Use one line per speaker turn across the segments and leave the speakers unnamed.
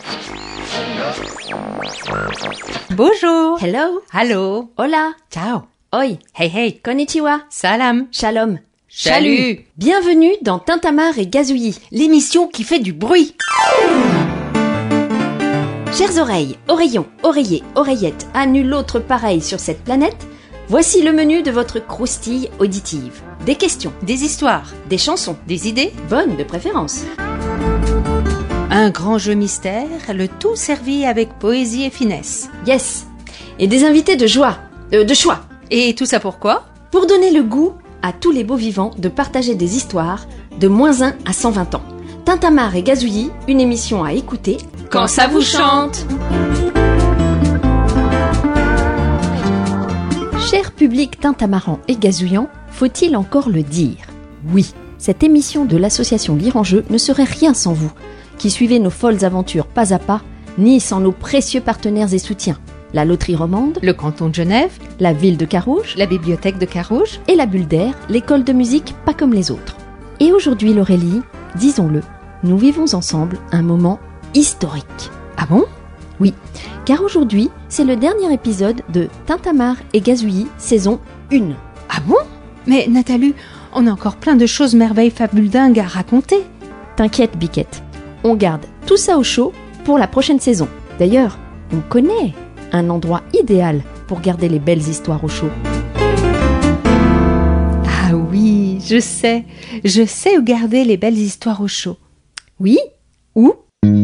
Bonjour.
Hello.
Hallo.
Hola.
Ciao.
Oi.
Hey hey.
Konnichiwa.
Salam.
Shalom.
Salut.
Bienvenue dans Tintamarre et Gazouillis,
L'émission qui fait du bruit.
Chères oreilles, oreillons, oreillers, oreillettes, à nul autre pareil sur cette planète, voici le menu de votre croustille auditive. Des questions,
Des histoires,
des chansons,
des idées,
bonnes de préférence.
un grand jeu mystère, le tout servi avec poésie et finesse.
Yes. Et des invités de joie, de choix,
Et tout ça pourquoi?
pour donner le goût à tous les beaux vivants de partager des histoires de moins 1 à 120 ans. Tintamarre et Gazouillis, une émission à écouter
Quand ça vous chante.
Cher public tintamarrant et gazouillant, faut-il encore le dire? Oui, cette émission de l'association Lire en Jeu ne serait rien sans vous, qui suivez nos folles aventures pas à pas, ni sans nos précieux partenaires et soutiens. La Loterie Romande,
Le canton de Genève,
la ville de Carouge
la bibliothèque de Carouge.
et la Bulle d'Air, l'école de musique pas comme les autres. Et aujourd'hui, Laurélie, disons-le, nous vivons ensemble un moment historique.
Ah bon?
Oui, car aujourd'hui, c'est le dernier épisode de Tintamarre et Gazouillis, saison 1.
Ah bon? Mais Nathalie, on a encore plein de choses merveilles fabuleuses à raconter.
T'inquiète, Biquette, on garde tout ça au chaud pour la prochaine saison. D'ailleurs, on connaît un endroit idéal pour garder les belles histoires au chaud.
Ah oui, je sais où garder les belles histoires au chaud.
Oui? Où?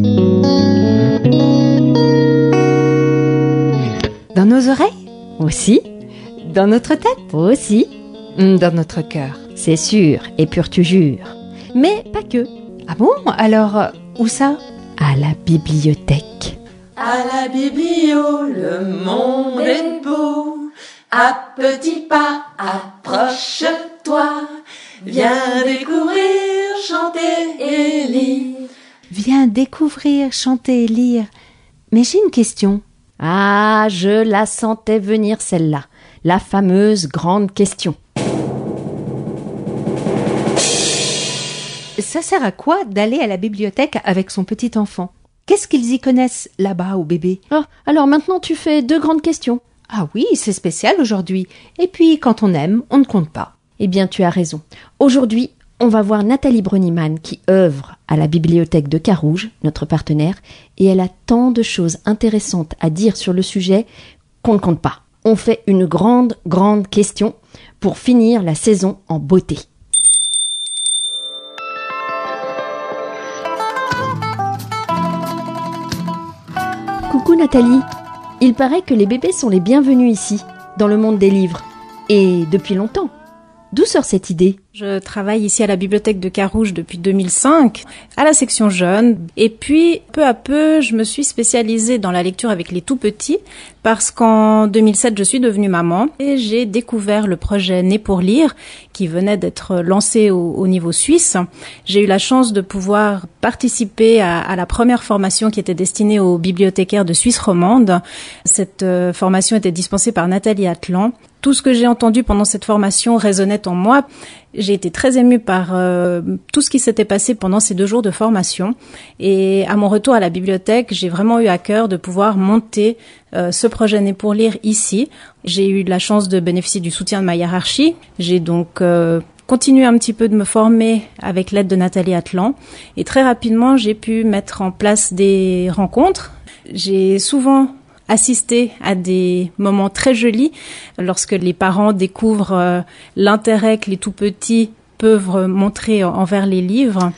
Dans nos oreilles?
Aussi?
Dans notre tête?
Aussi?
Dans notre cœur.
C'est sûr, et pur tu jures. Mais pas que.
Ah bon? Alors, où ça?
À la bibliothèque.
À la biblio, le monde est beau. À petits pas, approche-toi. Viens découvrir, chanter et lire.
Viens découvrir, chanter et lire. Mais j'ai une question.
Ah, je la sentais venir celle-là. La fameuse grande question.
Ça sert à quoi d'aller à la bibliothèque avec son petit enfant? Qu'est-ce qu'ils y connaissent là-bas au bébé?
Oh, alors maintenant tu fais 2 grandes questions.
Ah oui, c'est spécial aujourd'hui. Et puis, quand on aime, on ne compte pas.
Eh bien, tu as raison. Aujourd'hui, on va voir Nathalie Broniman qui œuvre à la bibliothèque de Carouge, notre partenaire, et elle a tant de choses intéressantes à dire sur le sujet qu'on ne compte pas. On fait une grande question pour finir la saison en beauté. Coucou Nathalie, il paraît que les bébés sont les bienvenus ici, dans le monde des livres. Et depuis longtemps. D'où sort cette idée?
Je travaille ici à la bibliothèque de Carouge depuis 2005, à la section jeunes. Et puis, peu à peu, je me suis spécialisée dans la lecture avec les tout-petits, parce qu'en 2007, je suis devenue maman et j'ai découvert le projet Né pour lire, qui venait d'être lancé au niveau suisse. J'ai eu la chance de pouvoir participer à la première formation qui était destinée aux bibliothécaires de Suisse romande. Cette formation était dispensée par Nathalie Atlan. Tout ce que j'ai entendu pendant cette formation résonnait en moi. J'ai été très émue par tout ce qui s'était passé pendant ces 2 jours de formation. Et à mon retour à la bibliothèque, j'ai vraiment eu à cœur de pouvoir monter ce projet Né pour lire ici. J'ai eu la chance de bénéficier du soutien de ma hiérarchie. J'ai donc continué un petit peu de me former avec l'aide de Nathalie Atlan. Et très rapidement, j'ai pu mettre en place des rencontres. J'ai souvent assisté à des moments très jolis lorsque les parents découvrent l'intérêt que les tout-petits peuvent montrer envers les livres.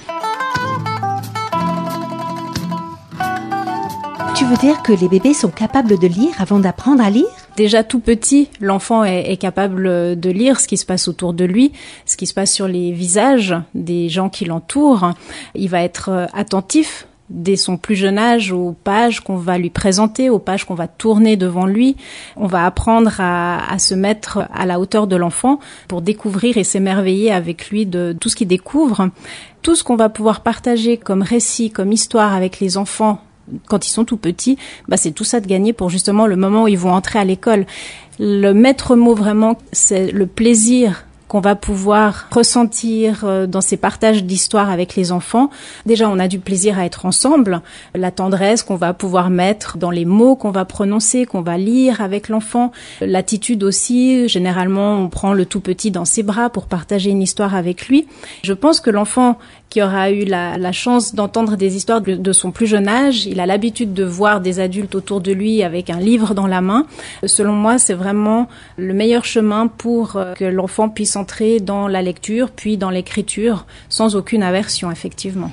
Tu veux dire que les bébés sont capables de lire avant d'apprendre à lire?
Déjà tout petit, l'enfant est capable de lire ce qui se passe autour de lui, ce qui se passe sur les visages des gens qui l'entourent. Il va être attentif dès son plus jeune âge aux pages qu'on va lui présenter, aux pages qu'on va tourner devant lui. On va apprendre à se mettre à la hauteur de l'enfant pour découvrir et s'émerveiller avec lui de tout ce qu'il découvre. Tout ce qu'on va pouvoir partager comme récit, comme histoire avec les enfants quand ils sont tout petits, c'est tout ça de gagner pour justement le moment où ils vont entrer à l'école. Le maître mot vraiment, c'est le plaisir qu'on va pouvoir ressentir dans ces partages d'histoires avec les enfants. Déjà, on a du plaisir à être ensemble, la tendresse qu'on va pouvoir mettre dans les mots qu'on va prononcer, qu'on va lire avec l'enfant, l'attitude aussi. Généralement, on prend le tout petit dans ses bras pour partager une histoire avec lui. Je pense que l'enfant qui aura eu la chance d'entendre des histoires de son plus jeune âge, il a l'habitude de voir des adultes autour de lui avec un livre dans la main. Selon moi, c'est vraiment le meilleur chemin pour que l'enfant puisse entrer dans la lecture, puis dans l'écriture, sans aucune aversion, effectivement.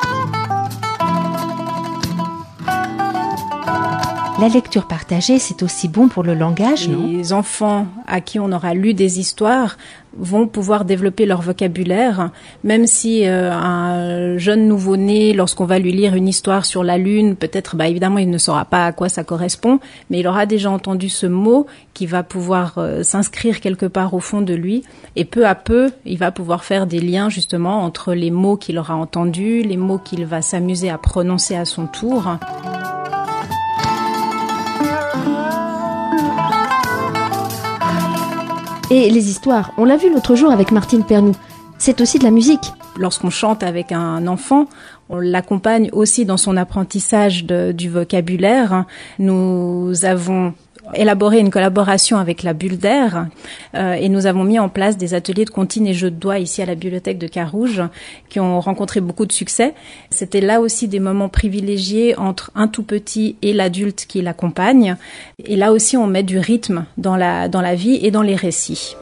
La lecture partagée, c'est aussi bon pour le langage, non ?
Les enfants à qui on aura lu des histoires vont pouvoir développer leur vocabulaire, même si un jeune nouveau-né, lorsqu'on va lui lire une histoire sur la Lune, peut-être, évidemment, il ne saura pas à quoi ça correspond, mais il aura déjà entendu ce mot qui va pouvoir s'inscrire quelque part au fond de lui, et peu à peu, il va pouvoir faire des liens justement entre les mots qu'il aura entendus, les mots qu'il va s'amuser à prononcer à son tour.
Et les histoires, on l'a vu l'autre jour avec Martine Pernoud, c'est aussi de la musique.
Lorsqu'on chante avec un enfant, on l'accompagne aussi dans son apprentissage du vocabulaire. Nous avons élaboré une collaboration avec la Bulle d'Air et nous avons mis en place des ateliers de comptines et jeux de doigts ici à la bibliothèque de Carouge qui ont rencontré beaucoup de succès. C'était là aussi des moments privilégiés entre un tout petit et l'adulte qui l'accompagne. Et là aussi, on met du rythme dans la vie et dans les récits.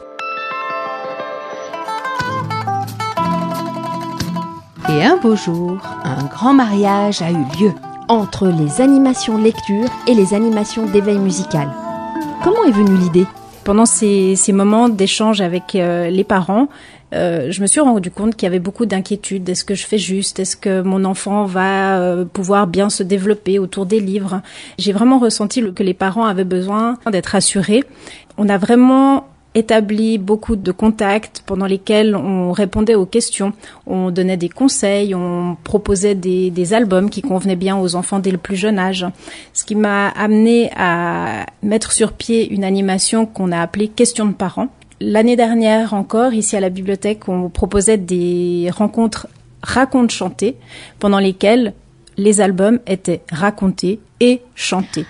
Et un beau jour, un grand mariage a eu lieu.
Entre les animations lecture et les animations d'éveil musical. Comment est venue l'idée ?
Pendant ces moments d'échange avec les parents, je me suis rendu compte qu'il y avait beaucoup d'inquiétudes. Est-ce que je fais juste ? Est-ce que mon enfant va pouvoir bien se développer autour des livres ? J'ai vraiment ressenti que les parents avaient besoin d'être rassurés. On a vraiment établi beaucoup de contacts pendant lesquels on répondait aux questions, on donnait des conseils, on proposait des albums qui convenaient bien aux enfants dès le plus jeune âge. Ce qui m'a amené à mettre sur pied une animation qu'on a appelée Questions de parents. L'année dernière encore, ici à la bibliothèque, on proposait des rencontres raconte-chanter pendant lesquelles les albums étaient racontés et chantés.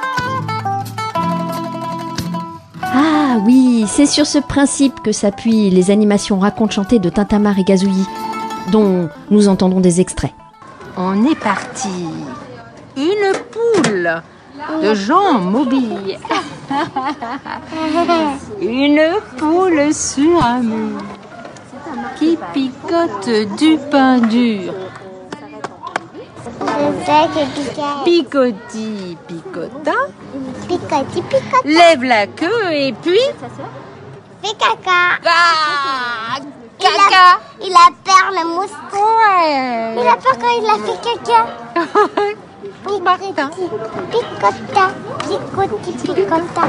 Ah oui, c'est sur ce principe que s'appuient les animations raconte-chanter de Tintamarre et Gazouillis, dont nous entendons des extraits.
On est parti. Une poule de Jean Mobille. Une poule sur un mur qui picote du pain dur. Picotis, picota.
Picotis, picota.
Lève la queue et puis...
Fais caca.
Ah, caca.
Il a peur, le mousse.
Ouais.
Il a peur quand il a fait caca.
Pour Martin.
Picota, picoti, picota.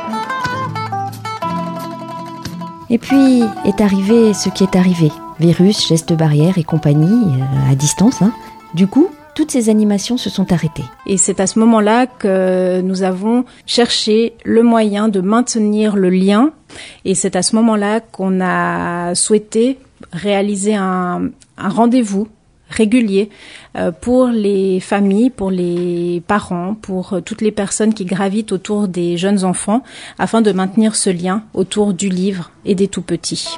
Et puis est arrivé ce qui est arrivé. Virus, gestes barrières et compagnie, à distance. Du coup, toutes ces animations se sont arrêtées.
Et c'est à ce moment-là que nous avons cherché le moyen de maintenir le lien. Et c'est à ce moment-là qu'on a souhaité réaliser un rendez-vous régulier pour les familles, pour les parents, pour toutes les personnes qui gravitent autour des jeunes enfants, afin de maintenir ce lien autour du livre et des tout-petits.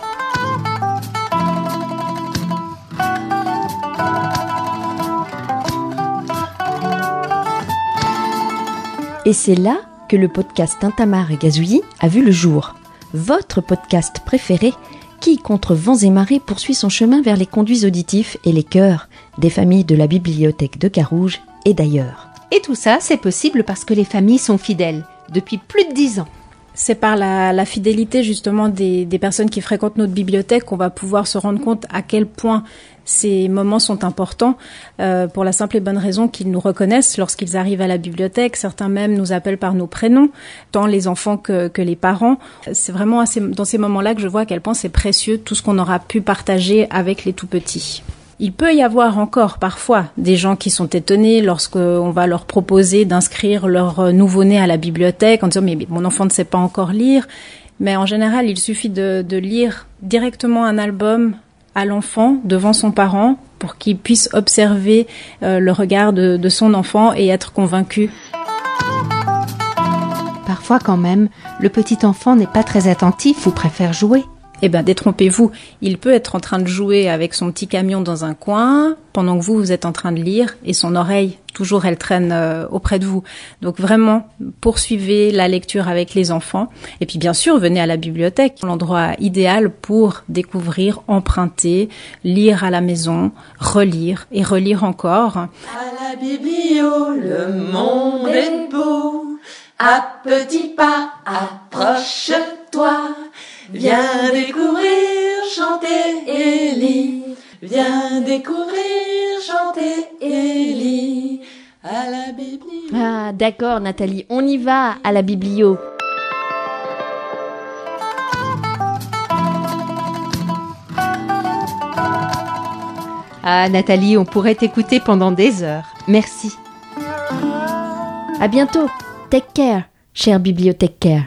Et c'est là que le podcast Tintamarre et Gazouillis a vu le jour. Votre podcast préféré qui, contre vents et marées, poursuit son chemin vers les conduits auditifs et les cœurs des familles de la bibliothèque de Carouge et d'ailleurs.
Et tout ça, c'est possible parce que les familles sont fidèles depuis plus de 10 ans.
C'est par la fidélité justement des personnes qui fréquentent notre bibliothèque qu'on va pouvoir se rendre compte à quel point ces moments sont importants pour la simple et bonne raison qu'ils nous reconnaissent lorsqu'ils arrivent à la bibliothèque. Certains même nous appellent par nos prénoms, tant les enfants que les parents. C'est vraiment dans ces moments-là que je vois à quel point c'est précieux tout ce qu'on aura pu partager avec les tout-petits. Il peut y avoir encore parfois des gens qui sont étonnés lorsqu'on va leur proposer d'inscrire leur nouveau-né à la bibliothèque en disant « mais mon enfant ne sait pas encore lire ». Mais en général, il suffit de lire directement un album à l'enfant devant son parent pour qu'il puisse observer le regard de son enfant et être convaincu.
Parfois quand même, le petit enfant n'est pas très attentif ou préfère jouer.
Eh ben, détrompez-vous, il peut être en train de jouer avec son petit camion dans un coin, pendant que vous êtes en train de lire, et son oreille, toujours, elle traîne auprès de vous. Donc vraiment, poursuivez la lecture avec les enfants. Et puis bien sûr, venez à la bibliothèque, l'endroit idéal pour découvrir, emprunter, lire à la maison, relire et relire encore.
À la biblio, le monde est beau. À petits pas, approche-toi. Viens découvrir, chanter et lire. Viens découvrir, chanter et lire. À la biblio.
Ah, d'accord, Nathalie, on y va à la biblio.
Ah, Nathalie, on pourrait t'écouter pendant des heures. Merci.
À bientôt. Take care, chère bibliothécaire.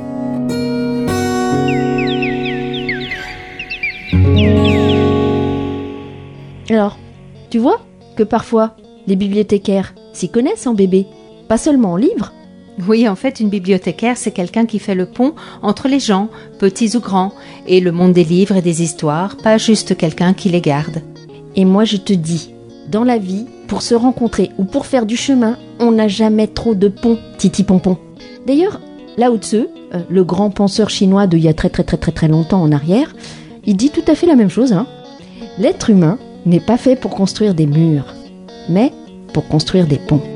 Alors, tu vois que parfois, les bibliothécaires s'y connaissent en bébé, pas seulement en livres.
Oui, en fait, une bibliothécaire, c'est quelqu'un qui fait le pont entre les gens, petits ou grands, et le monde des livres et des histoires, pas juste quelqu'un qui les garde.
Et moi, je te dis, dans la vie, pour se rencontrer ou pour faire du chemin, on n'a jamais trop de ponts, titi pompon. D'ailleurs, Lao Tzu, le grand penseur chinois d'il y a très longtemps en arrière, il dit tout à fait la même chose. L'être humain n'est pas fait pour construire des murs, mais pour construire des ponts.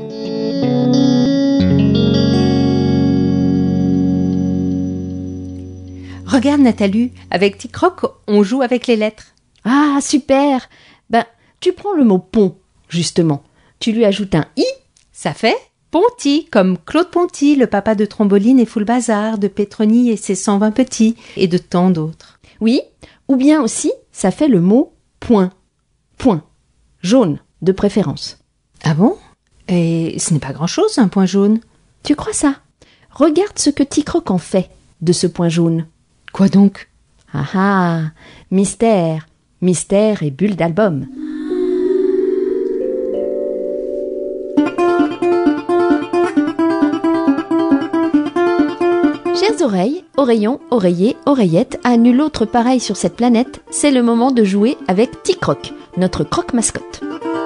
Regarde, Nathalie, avec Tic-Croc, on joue avec les lettres.
Ah, super! Ben, tu prends le mot pont, justement. Tu lui ajoutes un i.
Ça fait Ponty, comme Claude Ponty, le papa de Tromboline et Foule Bazar, de Pétroni et ses 120 petits, et de tant d'autres.
Oui, ou bien aussi, ça fait le mot point. Point. Jaune, de préférence.
Ah bon? Et ce n'est pas grand-chose, un point jaune.
Tu crois ça? Regarde ce que Tic-Croc en fait de ce point jaune.
Quoi donc?
Ah ah, mystère. Mystère et bulle d'album. Chères oreilles, oreillons, oreillers, oreillettes, à nul autre pareil sur cette planète, c'est le moment de jouer avec Tic-Croc, notre croque-mascotte.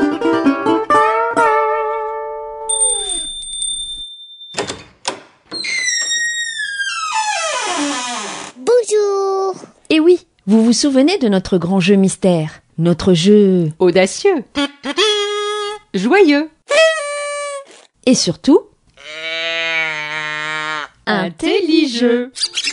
Bonjour.
Et oui, vous vous souvenez de notre grand jeu mystère, notre jeu
Audacieux. Joyeux.
et surtout
Intelligeux.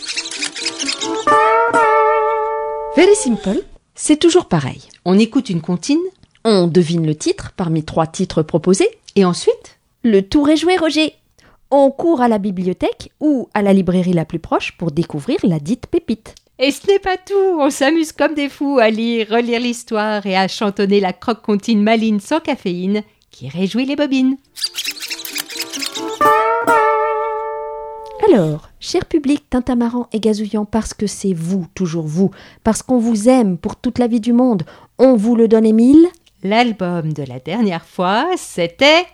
very simple, c'est toujours pareil.
On écoute une comptine,
On devine le titre parmi 3 titres proposés.
et ensuite,
Le tour est joué, Roger. On court à la bibliothèque ou à la librairie la plus proche pour découvrir la dite pépite.
et ce n'est pas tout, on s'amuse comme des fous à lire, relire l'histoire et à chantonner la croque-comptine maline sans caféine qui réjouit les bobines.
Alors, cher public tintamarrant et gazouillant, parce que c'est vous, toujours vous, parce qu'on vous aime pour toute la vie du monde, on vous le donne, Émile.
L'album de la dernière fois, c'était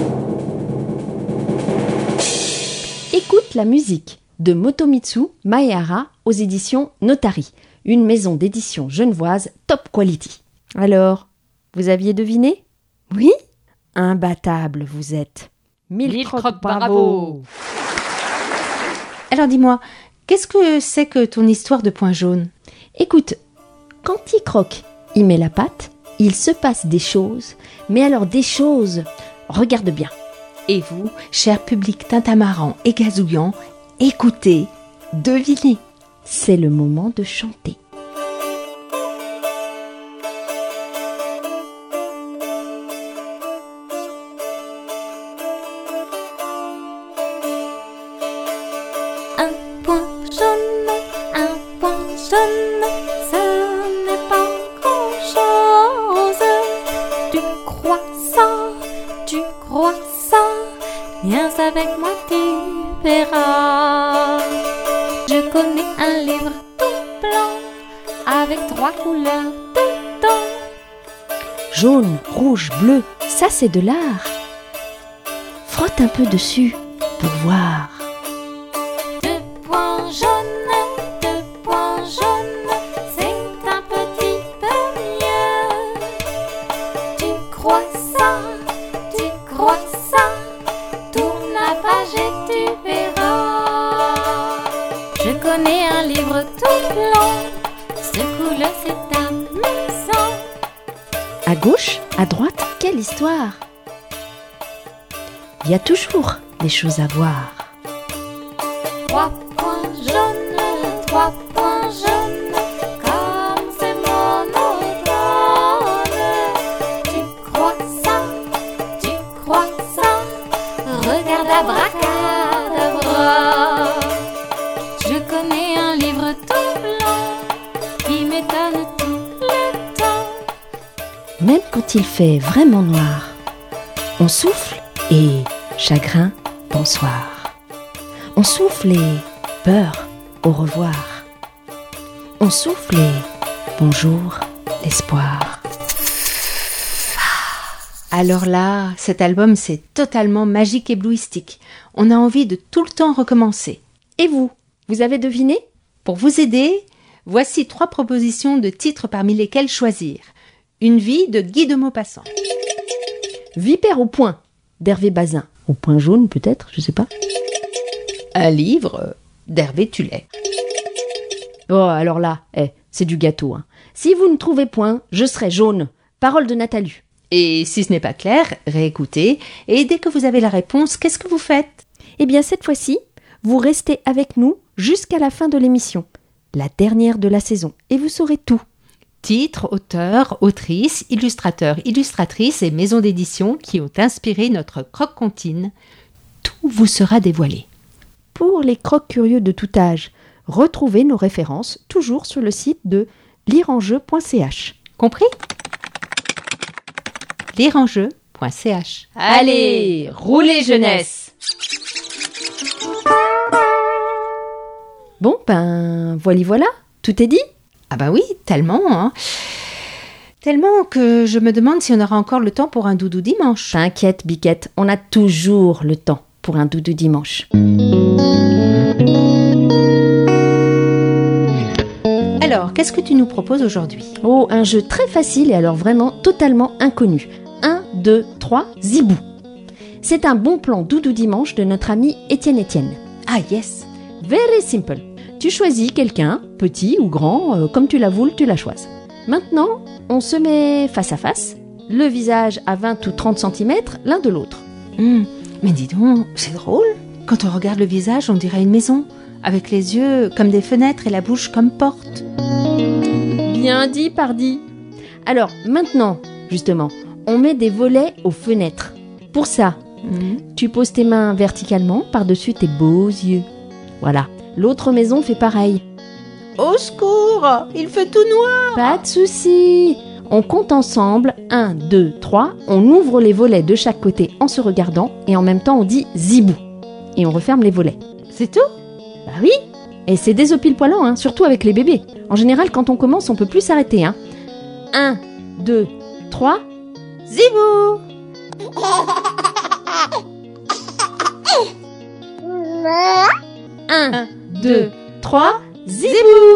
Écoute la musique de Motomitsu Maehara aux éditions Notari, une maison d'édition genevoise top quality. Alors, vous aviez deviné? Oui? Imbattable vous êtes. Mille crocs bravo!
Alors dis-moi, qu'est-ce que c'est que ton histoire de point jaune?
Écoute, quand Tic-Croc y met la patte, il se passe des choses, mais alors des choses, regarde bien.
Et vous, cher public tintamarrant et gazouillant, écoutez, devinez.
C'est le moment de chanter.
Un point jaune, ce n'est pas grand-chose. Tu crois ça, viens avec moi, tu verras. Je connais un livre tout blanc avec 3 couleurs dedans.
Jaune, rouge, bleu, ça c'est de l'art. Frotte un peu dessus pour voir.
2 points jaunes, 2 points jaunes, c'est un petit peu mieux. Tu crois ça, tourne la page et tu verras. Je connais un livre tout blanc, secoue-le, c'est amusant.
À gauche, à droite, quelle histoire! Il y a toujours des choses à voir.
3 points jaunes, 3 points jaunes, comme c'est monotone. Tu crois ça, regarde abracadabra. Je connais un livre tout blanc qui m'étonne tout le temps.
Même quand il fait vraiment noir, on souffle et chagrin, bonsoir. On souffle et peur, au revoir. On souffle et bonjour, l'espoir.
Alors là, cet album, c'est totalement magique et éblouistique. On a envie de tout le temps recommencer.
Et vous, vous avez deviné?
Pour vous aider, voici 3 propositions de titres parmi lesquels choisir. Une vie de Guy de Maupassant.
Vipère au point, d'Hervé Bazin. Au point jaune peut-être, je sais pas.
Un livre d'Hervé Tullet.
Oh, alors là, c'est du gâteau. Hein. Si vous ne trouvez point, je serai jaune. Parole de Nathalie.
Et si ce n'est pas clair, réécoutez. Et dès que vous avez la réponse, qu'est-ce que vous faites?
Eh bien, cette fois-ci, vous restez avec nous jusqu'à la fin de l'émission, la dernière de la saison, et vous saurez tout.
Titres, auteurs, autrices, illustrateurs, illustratrices et maisons d'édition qui ont inspiré notre croque-comptine. Tout vous sera dévoilé.
Pour les croques curieux de tout âge, retrouvez nos références toujours sur le site de lireenjeu.ch.
Compris? lireenjeu.ch.
Allez, roulez jeunesse! Bon, voilà, tout est dit?
Ah bah oui, tellement, hein. Tellement que je me demande si on aura encore le temps pour un doudou dimanche.
T'inquiète, Biquette, on a toujours le temps pour un doudou dimanche.
Alors, qu'est-ce que tu nous proposes aujourd'hui?
Oh, un jeu très facile et alors vraiment totalement inconnu. 1, 2, 3, zibou. C'est un bon plan doudou dimanche de notre ami Étienne.
Ah yes.
Very simple. Tu choisis quelqu'un, petit ou grand, comme tu la voules, tu la choisis. Maintenant, on se met face à face, le visage à 20 ou 30 cm l'un de l'autre.
Mais dis donc, c'est drôle. Quand on regarde le visage, on dirait une maison, avec les yeux comme des fenêtres et la bouche comme porte.
Bien dit, pardi. Alors, maintenant, justement, on met des volets aux fenêtres. Pour ça, tu poses tes mains verticalement par-dessus tes beaux yeux. Voilà. L'autre maison fait pareil.
Au secours, il fait tout noir.
Pas de souci. On compte ensemble. 1, 2, 3. On ouvre les volets de chaque côté en se regardant et en même temps on dit zibou. Et on referme les volets.
C'est tout?
Bah oui. Et c'est dès au pile poil, hein, surtout avec les bébés. En général, quand on commence, on peut plus s'arrêter. 1, 2, 3.
Zibou.
1, 2, 3, zibou.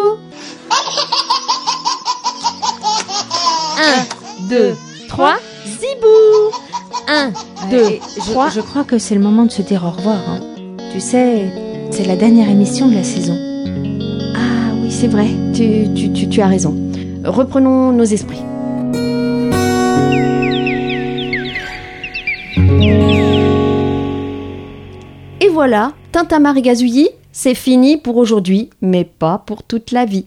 1, 2, 3, zibou. 1, 2, 3.
Je crois que c'est le moment de se dire au revoir. Hein. Tu sais, c'est la dernière émission de la saison.
Ah oui, c'est vrai, tu as raison. Reprenons nos esprits. Et voilà, Tintamarre et Gazouillis, c'est fini pour aujourd'hui, mais pas pour toute la vie.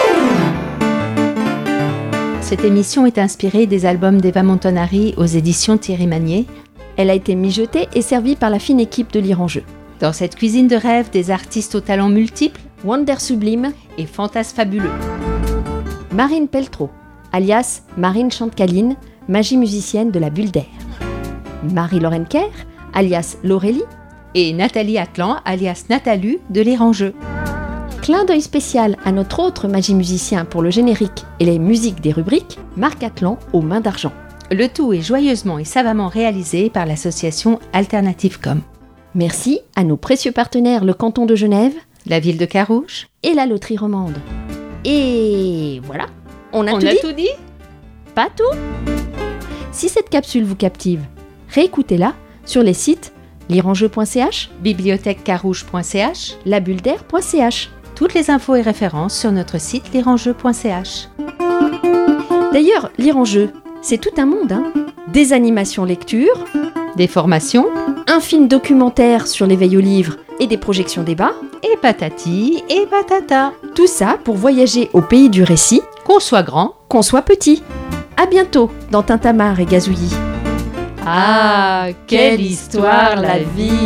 Cette émission est inspirée des albums d'Eva Montanari aux éditions Thierry Magnier.
Elle a été mijotée et servie par la fine équipe de Lire en Jeu.
Dans cette cuisine de rêve, des artistes aux talents multiples,
Wonder Sublime
et fantasmes fabuleux.
Marine Pelletreau, alias Marine Chantecaline, magie musicienne de la Bulle d'Air. Marie-Laurenne Kerr, alias Laurélie.
Et Nathalie Atlan, alias Nathalie de Lire en Jeu.
Clin d'œil spécial à notre autre magie-musicien pour le générique et les musiques des rubriques, Marc Atlan aux mains d'argent.
Le tout est joyeusement et savamment réalisé par l'association Alternative.com.
Merci à nos précieux partenaires le canton de Genève,
La ville de Carouge
et la loterie romande. Et voilà, on a tout dit. Pas tout. Si cette capsule vous captive, réécoutez-la sur les sites lireenjeu.ch,
bibliothèquecarouge.ch,
labulledair.ch.
Toutes les infos et références sur notre site lireenjeu.ch.
D'ailleurs, Lire en jeu, c'est tout un monde, hein. Des animations lecture,
Des formations,
un film documentaire sur l'éveil au livre et des projections débats.
et patati et patata.
Tout ça pour voyager au pays du récit,
Qu'on soit grand.
qu'on soit petit. À bientôt dans Tintamarre et Gazouillis.
Ah, quelle histoire la vie!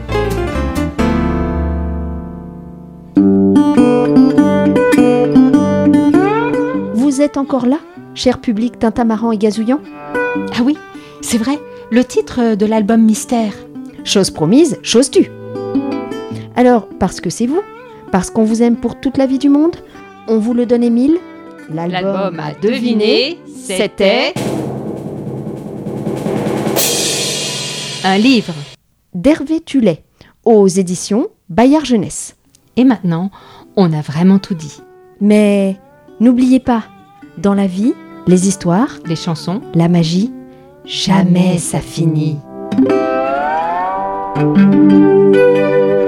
Vous êtes encore là, cher public tintamarrant et gazouillant?
Ah oui, c'est vrai, le titre de l'album Mystère.
Chose promise, chose due. Alors, parce que c'est vous, parce qu'on vous aime pour toute la vie du monde, on vous le donne Émile.
L'album à deviner, c'était un livre.
d'Hervé Tullet, aux éditions Bayard Jeunesse.
Et maintenant, on a vraiment tout dit.
Mais n'oubliez pas, dans la vie, les histoires,
Les chansons,
la magie, jamais ça finit.